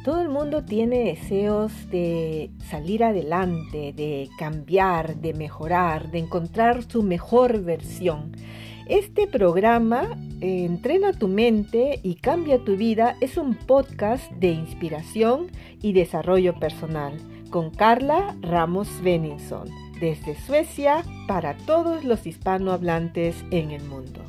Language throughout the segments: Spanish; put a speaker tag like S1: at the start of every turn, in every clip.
S1: Todo el mundo tiene deseos de salir adelante, de cambiar, de mejorar, de encontrar su mejor versión. Este programa, Entrena tu mente y cambia tu vida, es un podcast de inspiración y desarrollo personal con Carla Ramos Svenningsson, desde Suecia para todos los hispanohablantes en el mundo.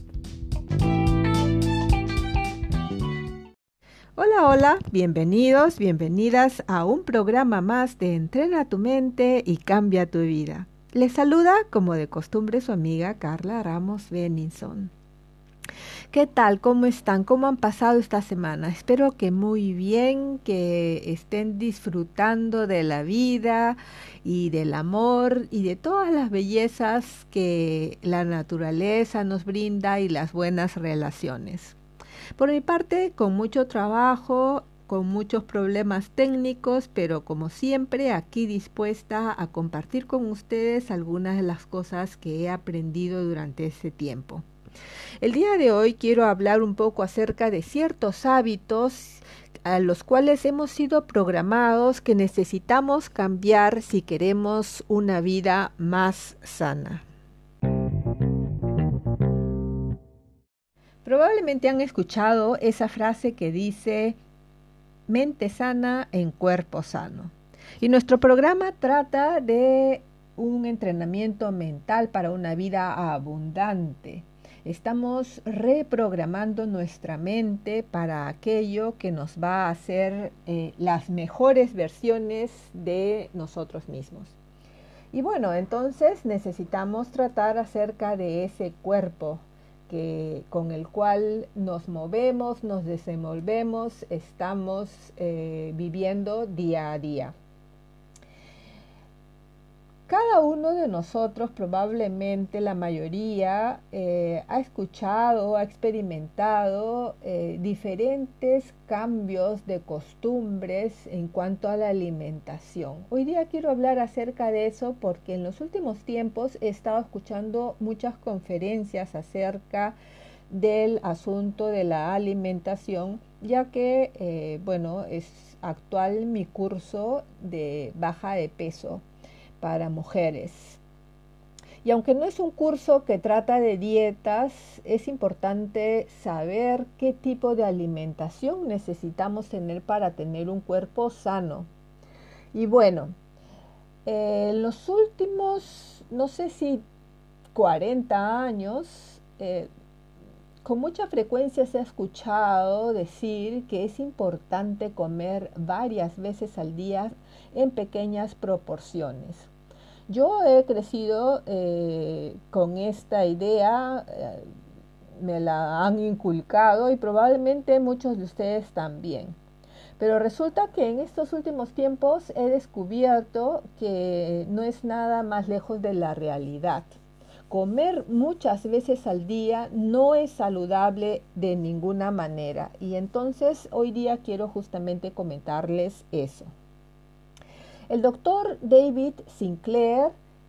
S1: Hola, bienvenidos, bienvenidas a un programa más de Entrena tu mente y cambia tu vida. Les saluda, como de costumbre, su amiga Carla Ramos Svenningsson. ¿Qué tal? ¿Cómo están? ¿Cómo han pasado esta semana? Espero que muy bien, que estén disfrutando de la vida y del amor y de todas las bellezas que la naturaleza nos brinda y las buenas relaciones. Por mi parte, con mucho trabajo, con muchos problemas técnicos, pero como siempre aquí dispuesta a compartir con ustedes algunas de las cosas que he aprendido durante este tiempo. El día de hoy quiero hablar un poco acerca de ciertos hábitos a los cuales hemos sido programados que necesitamos cambiar si queremos una vida más sana. Probablemente han escuchado esa frase que dice mente sana en cuerpo sano. Y nuestro programa trata de un entrenamiento mental para una vida abundante. Estamos reprogramando nuestra mente para aquello que nos va a hacer las mejores versiones de nosotros mismos. Y bueno, entonces necesitamos tratar acerca de ese cuerpo con el cual nos movemos, nos desenvolvemos, estamos viviendo día a día. Cada uno de nosotros, probablemente la mayoría, ha escuchado, ha experimentado diferentes cambios de costumbres en cuanto a la alimentación. Hoy día quiero hablar acerca de eso porque en los últimos tiempos he estado escuchando muchas conferencias acerca del asunto de la alimentación, ya que, es actual mi curso de baja de peso para mujeres. Y aunque no es un curso que trata de dietas, es importante saber qué tipo de alimentación necesitamos tener para tener un cuerpo sano. Y bueno, en los últimos, no sé si 40 años, con mucha frecuencia se ha escuchado decir que es importante comer varias veces al día en pequeñas proporciones. Yo he crecido con esta idea, me la han inculcado y probablemente muchos de ustedes también. Pero resulta que en estos últimos tiempos he descubierto que no es nada más lejos de la realidad. Comer muchas veces al día no es saludable de ninguna manera y entonces hoy día quiero justamente comentarles eso. El doctor David Sinclair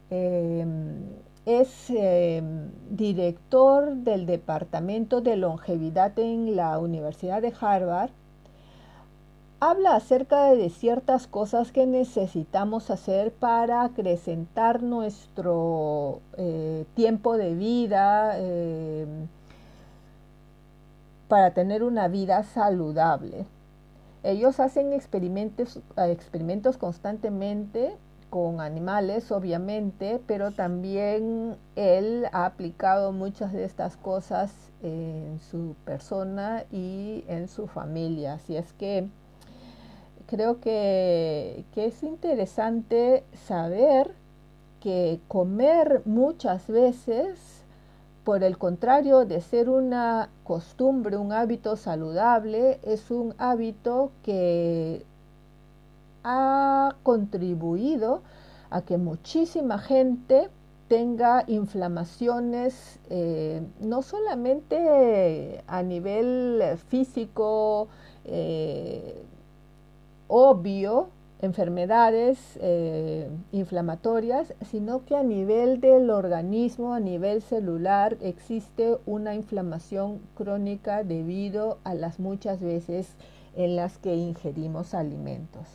S1: es director del Departamento de Longevidad en la Universidad de Harvard. Habla acerca de ciertas cosas que necesitamos hacer para acrecentar nuestro tiempo de vida, para tener una vida saludable. Ellos hacen experimentos constantemente con animales, obviamente, pero también él ha aplicado muchas de estas cosas en su persona y en su familia. Así es que creo que es interesante saber que comer muchas veces, por el contrario de ser una costumbre, un hábito saludable, es un hábito que ha contribuido a que muchísima gente tenga inflamaciones, no solamente a nivel físico, obvio, enfermedades inflamatorias, sino que a nivel del organismo, a nivel celular, existe una inflamación crónica debido a las muchas veces en las que ingerimos alimentos.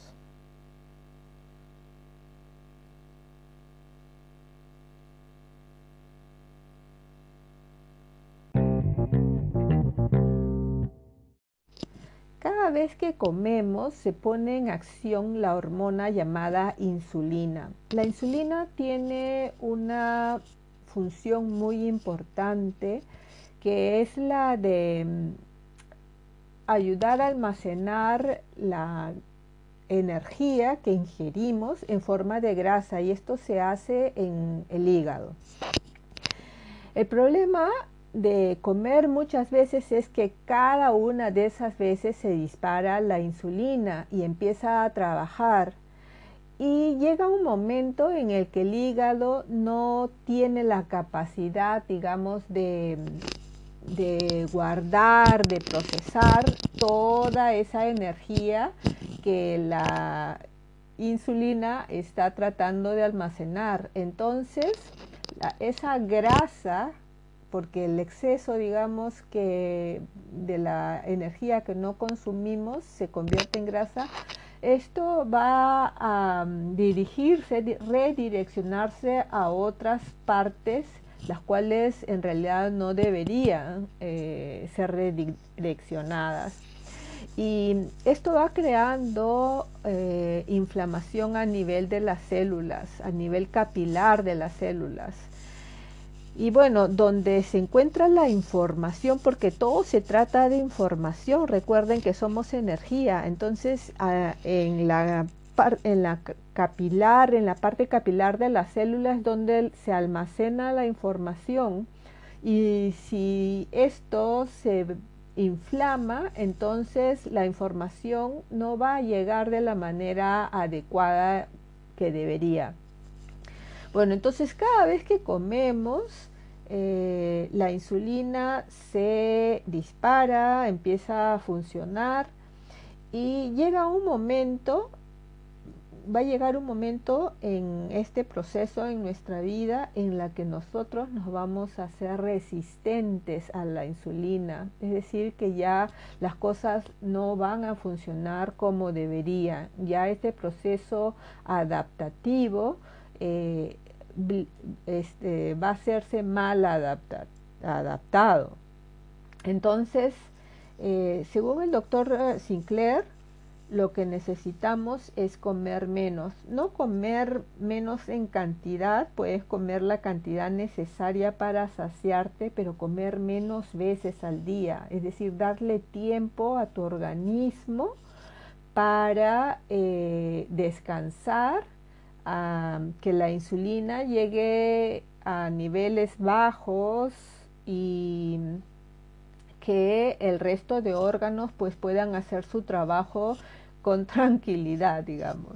S1: Cada vez que comemos se pone en acción la hormona llamada insulina. La insulina tiene una función muy importante que es la de ayudar a almacenar la energía que ingerimos en forma de grasa, y esto se hace en el hígado. El problema de comer muchas veces es que cada una de esas veces se dispara la insulina y empieza a trabajar, y llega un momento en el que el hígado no tiene la capacidad, digamos, de guardar, de procesar toda esa energía que la insulina está tratando de almacenar. Entonces, esa grasa, porque el exceso, digamos, que de la energía que no consumimos se convierte en grasa, esto va a redireccionarse a otras partes, las cuales en realidad no deberían ser redireccionadas. Y esto va creando inflamación a nivel de las células, a nivel capilar de las células. Y bueno, donde se encuentra la información, porque todo se trata de información, recuerden que somos energía, entonces en la capilar, en la parte capilar de las células, donde se almacena la información, y si esto se inflama, entonces la información no va a llegar de la manera adecuada que debería. Bueno, entonces cada vez que comemos, la insulina se dispara, empieza a funcionar, y va a llegar un momento en este proceso en nuestra vida en la que nosotros nos vamos a hacer resistentes a la insulina, es decir, que ya las cosas no van a funcionar como deberían, ya este proceso adaptativo va a hacerse mal adaptado. Entonces, según el doctor Sinclair, lo que necesitamos es comer menos. No comer menos en cantidad, puedes comer la cantidad necesaria para saciarte, pero comer menos veces al día. Es decir, darle tiempo a tu organismo para descansar, que la insulina llegue a niveles bajos y que el resto de órganos pues puedan hacer su trabajo con tranquilidad, digamos.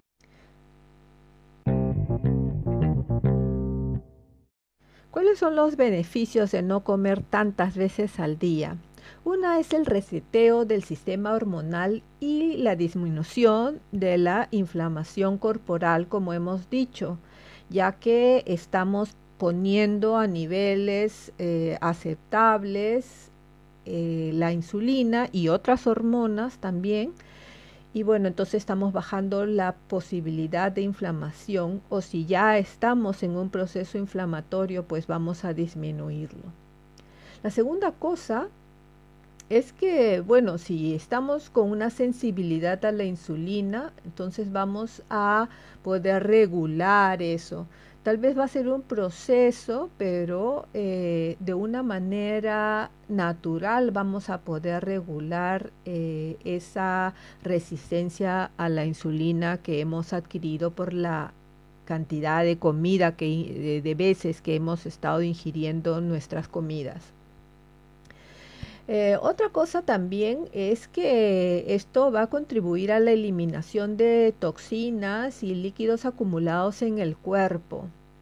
S1: ¿Cuáles son los beneficios de no comer tantas veces al día? Una es el reseteo del sistema hormonal y la disminución de la inflamación corporal, como hemos dicho, ya que estamos poniendo a niveles aceptables la insulina y otras hormonas también. Y bueno, entonces estamos bajando la posibilidad de inflamación, o si ya estamos en un proceso inflamatorio, pues vamos a disminuirlo. La segunda cosa es que, bueno, si estamos con una sensibilidad a la insulina, entonces vamos a poder regular eso. Tal vez va a ser un proceso, pero de una manera natural vamos a poder regular esa resistencia a la insulina que hemos adquirido por la cantidad de comida de veces que hemos estado ingiriendo nuestras comidas. Otra cosa también es que esto va a contribuir a la eliminación de toxinas y líquidos acumulados en el cuerpo.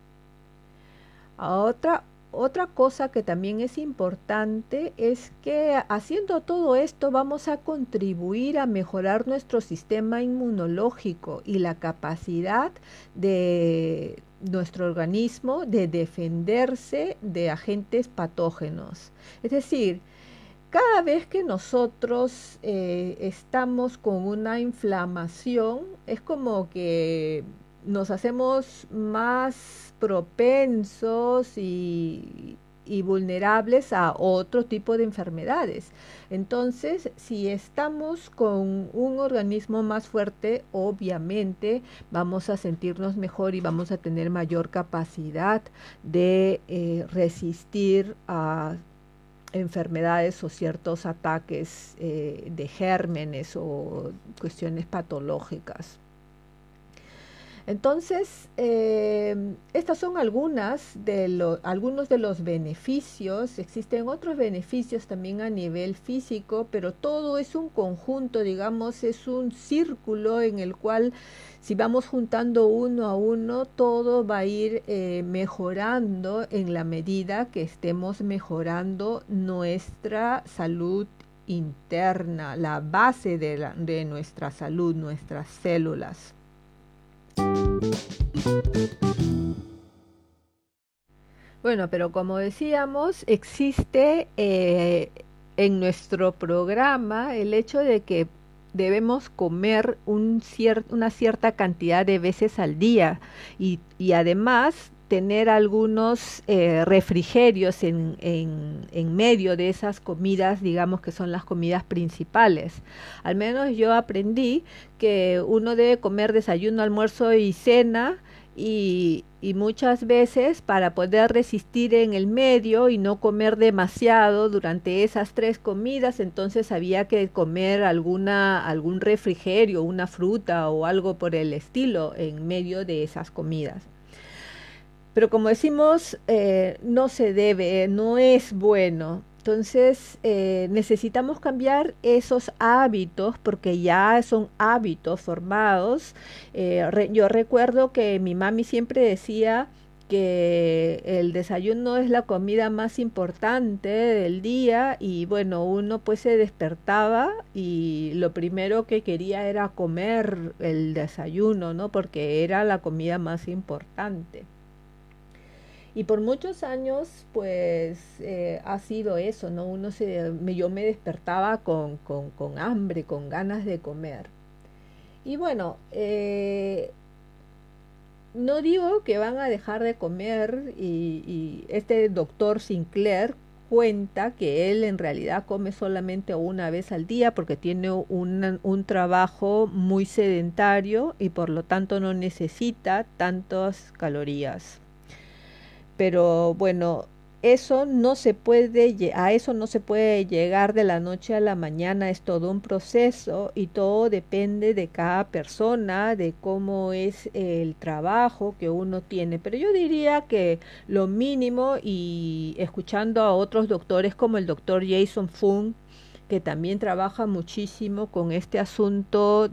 S1: Otra cosa que también es importante es que haciendo todo esto vamos a contribuir a mejorar nuestro sistema inmunológico y la capacidad de nuestro organismo de defenderse de agentes patógenos. Es decir, cada vez que nosotros estamos con una inflamación, es como que nos hacemos más propensos y vulnerables a otro tipo de enfermedades. Entonces, si estamos con un organismo más fuerte, obviamente vamos a sentirnos mejor y vamos a tener mayor capacidad de resistir a enfermedades o ciertos ataques de gérmenes o cuestiones patológicas. Entonces, estas son algunos de los beneficios. Existen otros beneficios también a nivel físico, pero todo es un conjunto, digamos, es un círculo en el cual si vamos juntando uno a uno, todo va a ir mejorando en la medida que estemos mejorando nuestra salud interna, la base de nuestra salud, nuestras células. Bueno, pero como decíamos, existe en nuestro programa el hecho de que debemos comer una cierta cantidad de veces al día y además tener algunos refrigerios en medio de esas comidas, digamos que son las comidas principales. Al menos yo aprendí que uno debe comer desayuno, almuerzo y cena y muchas veces para poder resistir en el medio y no comer demasiado durante esas 3 comidas, entonces había que comer algún refrigerio, una fruta o algo por el estilo en medio de esas comidas. Pero como decimos, no se debe, no es bueno. Entonces necesitamos cambiar esos hábitos porque ya son hábitos formados. Yo recuerdo que mi mami siempre decía que el desayuno es la comida más importante del día y bueno, uno pues se despertaba y lo primero que quería era comer el desayuno, ¿no? Porque era la comida más importante. Y por muchos años, pues ha sido eso, ¿no? Yo me despertaba con hambre, con ganas de comer. Y bueno, no digo que van a dejar de comer y este doctor Sinclair cuenta que él en realidad come solamente una vez al día porque tiene un trabajo muy sedentario y por lo tanto no necesita tantas calorías. Pero bueno, a eso no se puede llegar de la noche a la mañana, es todo un proceso y todo depende de cada persona, de cómo es el trabajo que uno tiene. Pero yo diría que lo mínimo, y escuchando a otros doctores como el doctor Jason Fung, que también trabaja muchísimo con este asunto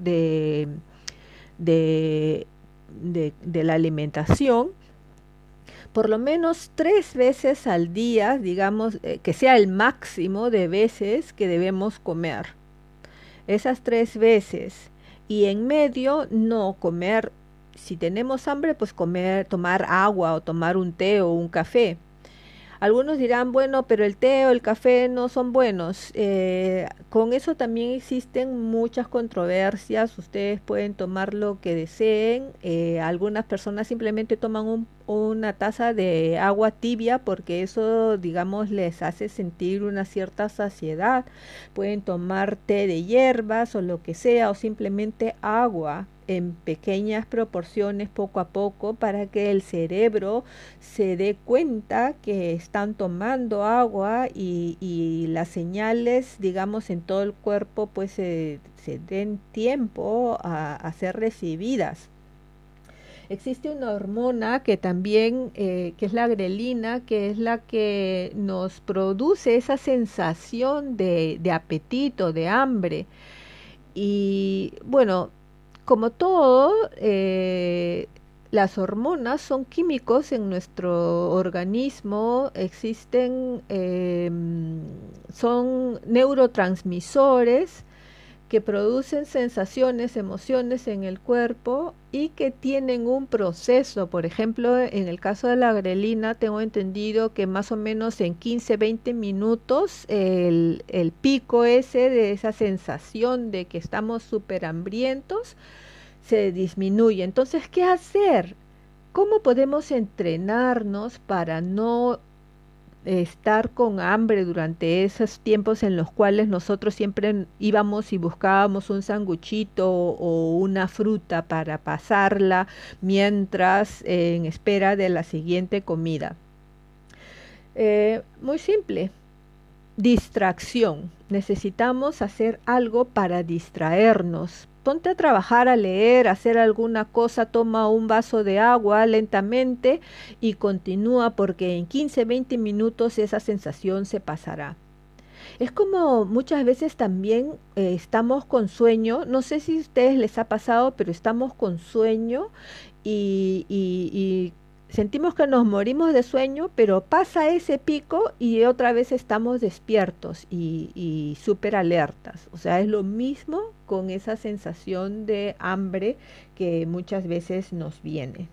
S1: de, de la alimentación, por lo menos 3 veces al día, digamos, que sea el máximo de veces que debemos comer. Esas 3 veces. Y en medio no comer, si tenemos hambre, pues comer, tomar agua o tomar un té o un café. Algunos dirán, bueno, pero el té o el café no son buenos. Con eso también existen muchas controversias. Ustedes pueden tomar lo que deseen. Algunas personas simplemente toman una taza de agua tibia porque eso, digamos, les hace sentir una cierta saciedad. Pueden tomar té de hierbas o lo que sea, o simplemente agua en pequeñas proporciones poco a poco para que el cerebro se dé cuenta que están tomando agua y las señales, digamos, en todo el cuerpo pues se den tiempo a ser recibidas. Existe una hormona que también, que es la grelina, que es la que nos produce esa sensación de apetito, de hambre. Y bueno, como todo, las hormonas son químicos en nuestro organismo, son neurotransmisores que producen sensaciones, emociones en el cuerpo y que tienen un proceso. Por ejemplo, en el caso de la grelina, tengo entendido que más o menos en 15, 20 minutos el pico ese de esa sensación de que estamos súper hambrientos se disminuye. Entonces, ¿qué hacer? ¿Cómo podemos entrenarnos para no estar con hambre durante esos tiempos en los cuales nosotros siempre íbamos y buscábamos un sanguchito o una fruta para pasarla mientras en espera de la siguiente comida? Muy simple, distracción. Necesitamos hacer algo para distraernos. Ponte a trabajar, a leer, a hacer alguna cosa, toma un vaso de agua lentamente y continúa porque en 15, 20 minutos esa sensación se pasará. Es como muchas veces también estamos con sueño, no sé si a ustedes les ha pasado, pero estamos con sueño y sentimos que nos morimos de sueño, pero pasa ese pico y otra vez estamos despiertos y súper alertas. O sea, es lo mismo con esa sensación de hambre que muchas veces nos viene.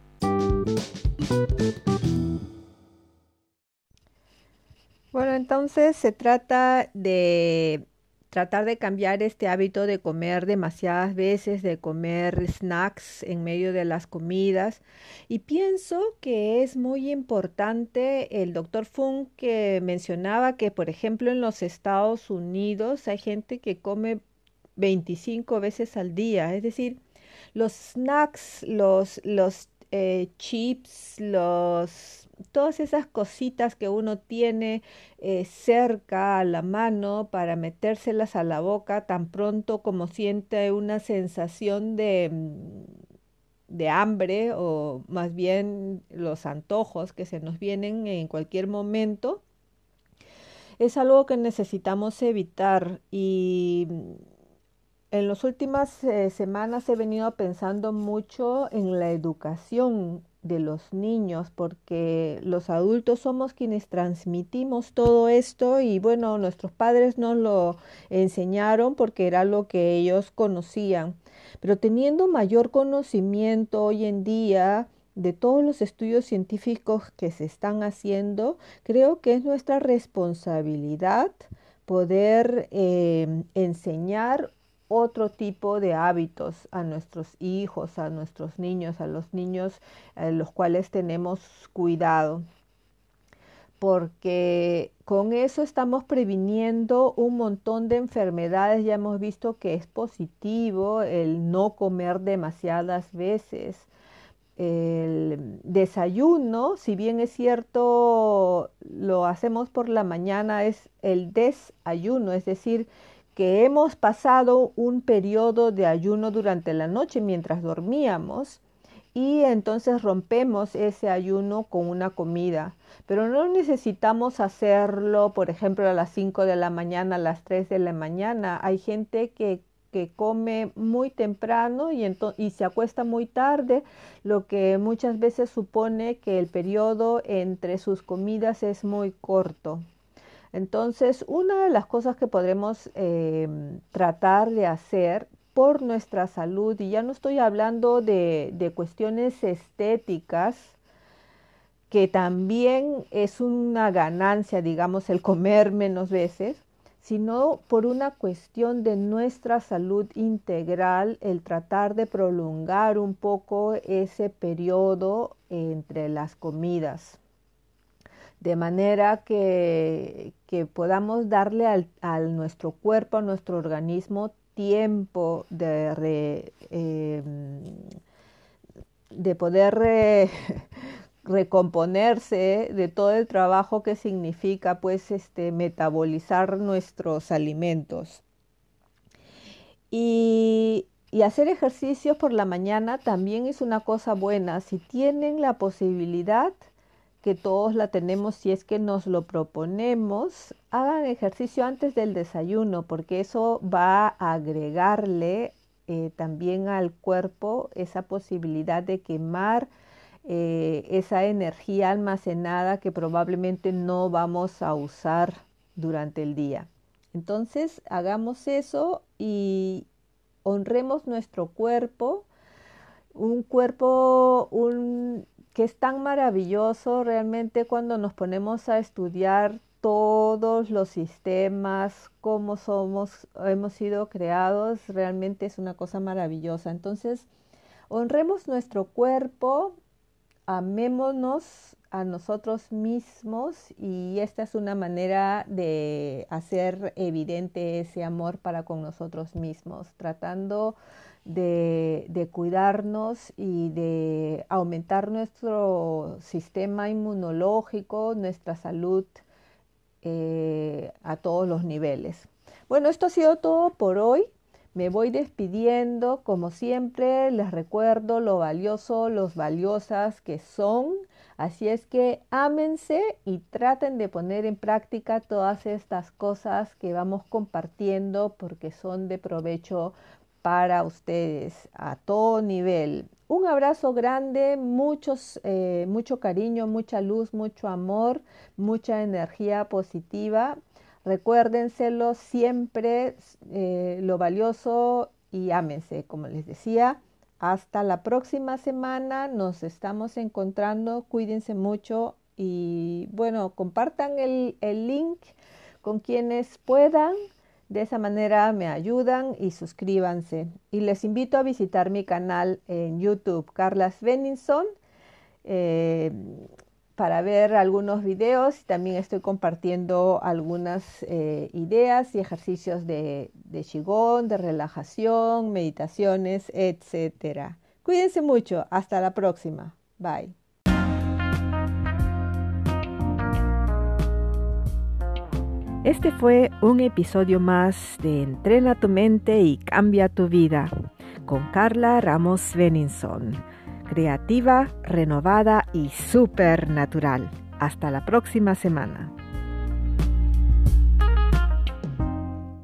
S1: Bueno, entonces se trata de tratar de cambiar este hábito de comer demasiadas veces, de comer snacks en medio de las comidas. Y pienso que es muy importante el doctor Fung que mencionaba que, por ejemplo, en los Estados Unidos hay gente que come 25 veces al día. Es decir, los snacks, los chips, todas esas cositas que uno tiene cerca a la mano para metérselas a la boca tan pronto como siente una sensación de hambre o más bien los antojos que se nos vienen en cualquier momento, es algo que necesitamos evitar y en las últimas semanas he venido pensando mucho en la educación de los niños, porque los adultos somos quienes transmitimos todo esto y bueno, nuestros padres nos lo enseñaron porque era lo que ellos conocían. Pero teniendo mayor conocimiento hoy en día de todos los estudios científicos que se están haciendo, creo que es nuestra responsabilidad poder enseñar otro tipo de hábitos a nuestros hijos, a nuestros niños, a los niños a los cuales tenemos cuidado, porque con eso estamos previniendo un montón de enfermedades. Ya hemos visto que es positivo el no comer demasiadas veces. El desayuno, si bien es cierto, lo hacemos por la mañana, es el desayuno, es decir, que hemos pasado un periodo de ayuno durante la noche mientras dormíamos y entonces rompemos ese ayuno con una comida. Pero no necesitamos hacerlo, por ejemplo, a las 5 de la mañana, a las 3 de la mañana. Hay gente que come muy temprano y se acuesta muy tarde, lo que muchas veces supone que el periodo entre sus comidas es muy corto. Entonces, una de las cosas que podremos tratar de hacer por nuestra salud, y ya no estoy hablando de cuestiones estéticas, que también es una ganancia, digamos, el comer menos veces, sino por una cuestión de nuestra salud integral, el tratar de prolongar un poco ese periodo entre las comidas, de manera que podamos darle a nuestro cuerpo, a nuestro organismo, tiempo de poder recomponerse de todo el trabajo que significa pues metabolizar nuestros alimentos. Y hacer ejercicios por la mañana también es una cosa buena. Si tienen la posibilidad, que todos la tenemos si es que nos lo proponemos, hagan ejercicio antes del desayuno, porque eso va a agregarle también al cuerpo esa posibilidad de quemar esa energía almacenada que probablemente no vamos a usar durante el día. Entonces, hagamos eso y honremos nuestro cuerpo, un cuerpo que es tan maravilloso realmente cuando nos ponemos a estudiar todos los sistemas, cómo hemos sido creados, realmente es una cosa maravillosa. Entonces, honremos nuestro cuerpo, amémonos a nosotros mismos y esta es una manera de hacer evidente ese amor para con nosotros mismos, tratando de cuidarnos y de aumentar nuestro sistema inmunológico, nuestra salud a todos los niveles. Bueno, esto ha sido todo por hoy. Me voy despidiendo, como siempre, les recuerdo lo valioso, los valiosas que son, así es que ámense y traten de poner en práctica todas estas cosas que vamos compartiendo porque son de provecho para ustedes a todo nivel. Un abrazo grande, mucho cariño, mucha luz, mucho amor, mucha energía positiva. Recuérdenselo siempre, lo valioso y ámense, como les decía. Hasta la próxima semana, nos estamos encontrando, cuídense mucho y bueno, compartan el link con quienes puedan. De esa manera me ayudan y suscríbanse. Y les invito a visitar mi canal en YouTube, Carla Sveningsson, para ver algunos videos. También estoy compartiendo algunas ideas y ejercicios de Qigong, de relajación, meditaciones, etc. Cuídense mucho. Hasta la próxima. Bye. Este fue un episodio más de Entrena tu mente y cambia tu vida con Carla Ramos Sveningsson. Creativa, renovada y supernatural. Hasta la próxima semana.